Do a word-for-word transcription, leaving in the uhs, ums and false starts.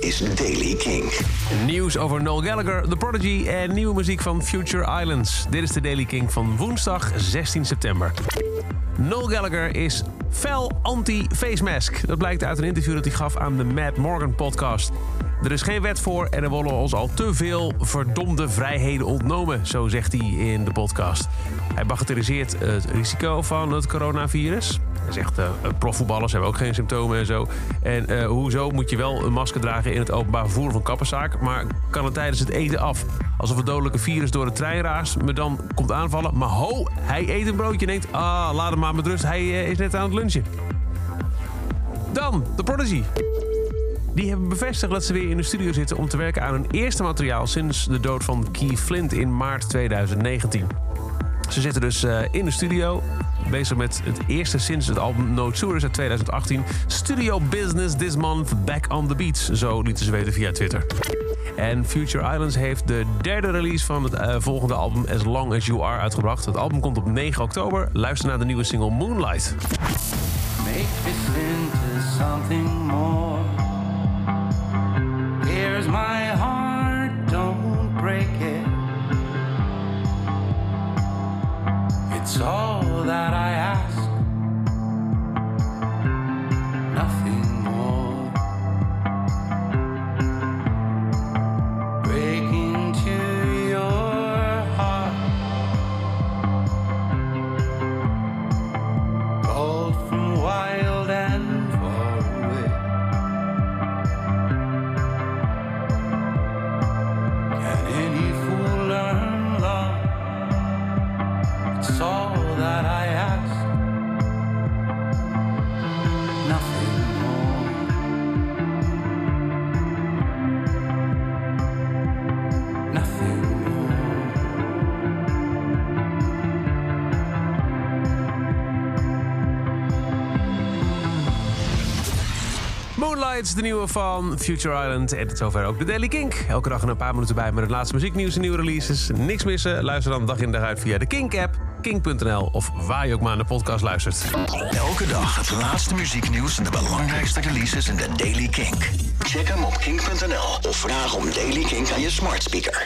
is Daily Kink. Nieuws over Noel Gallagher, The Prodigy en nieuwe muziek van Future Islands. Dit is de Daily Kink van woensdag zestien september. Noel Gallagher is fel anti-face mask. Dat blijkt uit een interview dat hij gaf aan de Matt Morgan podcast. Er is geen wet voor en er worden ons al te veel verdomde vrijheden ontnomen, zo zegt hij in de podcast. Hij bagatelliseert het risico van het coronavirus. Hij zegt, uh, profvoetballers hebben ook geen symptomen en zo. En uh, hoezo moet je wel een masker dragen in het openbaar vervoer van kapperszaak, maar kan het tijdens het eten af? Alsof het dodelijke virus door de trein raast, me dan komt aanvallen. Maar ho, hij eet een broodje en denkt, ah, laat hem maar met rust, hij uh, is net aan het lunchen. Dan, The Prodigy. Die hebben bevestigd dat ze weer in de studio zitten om te werken aan hun eerste materiaal sinds de dood van Keith Flint in maart tweeduizend negentien. Ze zitten dus uh, in de studio, bezig met het eerste sinds het album No Tours uit tweeduizend achttien. Studio business this month, back on the beats, zo lieten ze weten via Twitter. En Future Islands heeft de derde release van het uh, volgende album As Long As You Are uitgebracht. Het album komt op negen oktober. Luister naar de nieuwe single Moonlight. Make this into something more. Here's my heart, don't break it. It's all that I ask, nothing more. Break into your heart, called from wild and far away. Can any fool learn love? It's all that I ask, nothing more. Nothing more. Moonlight, de nieuwe van Future Island. En tot zover ook de Daily Kink. Elke dag een paar minuten bij met het laatste muzieknieuws en nieuwe releases. Niks missen. Luister dan dag in dag uit via de Kink-app, kink punt n l of waar je ook maar naar de podcast luistert. Elke dag het laatste muzieknieuws en de belangrijkste releases in de Daily Kink. Check hem op kink punt n l of vraag om Daily Kink aan je smart speaker.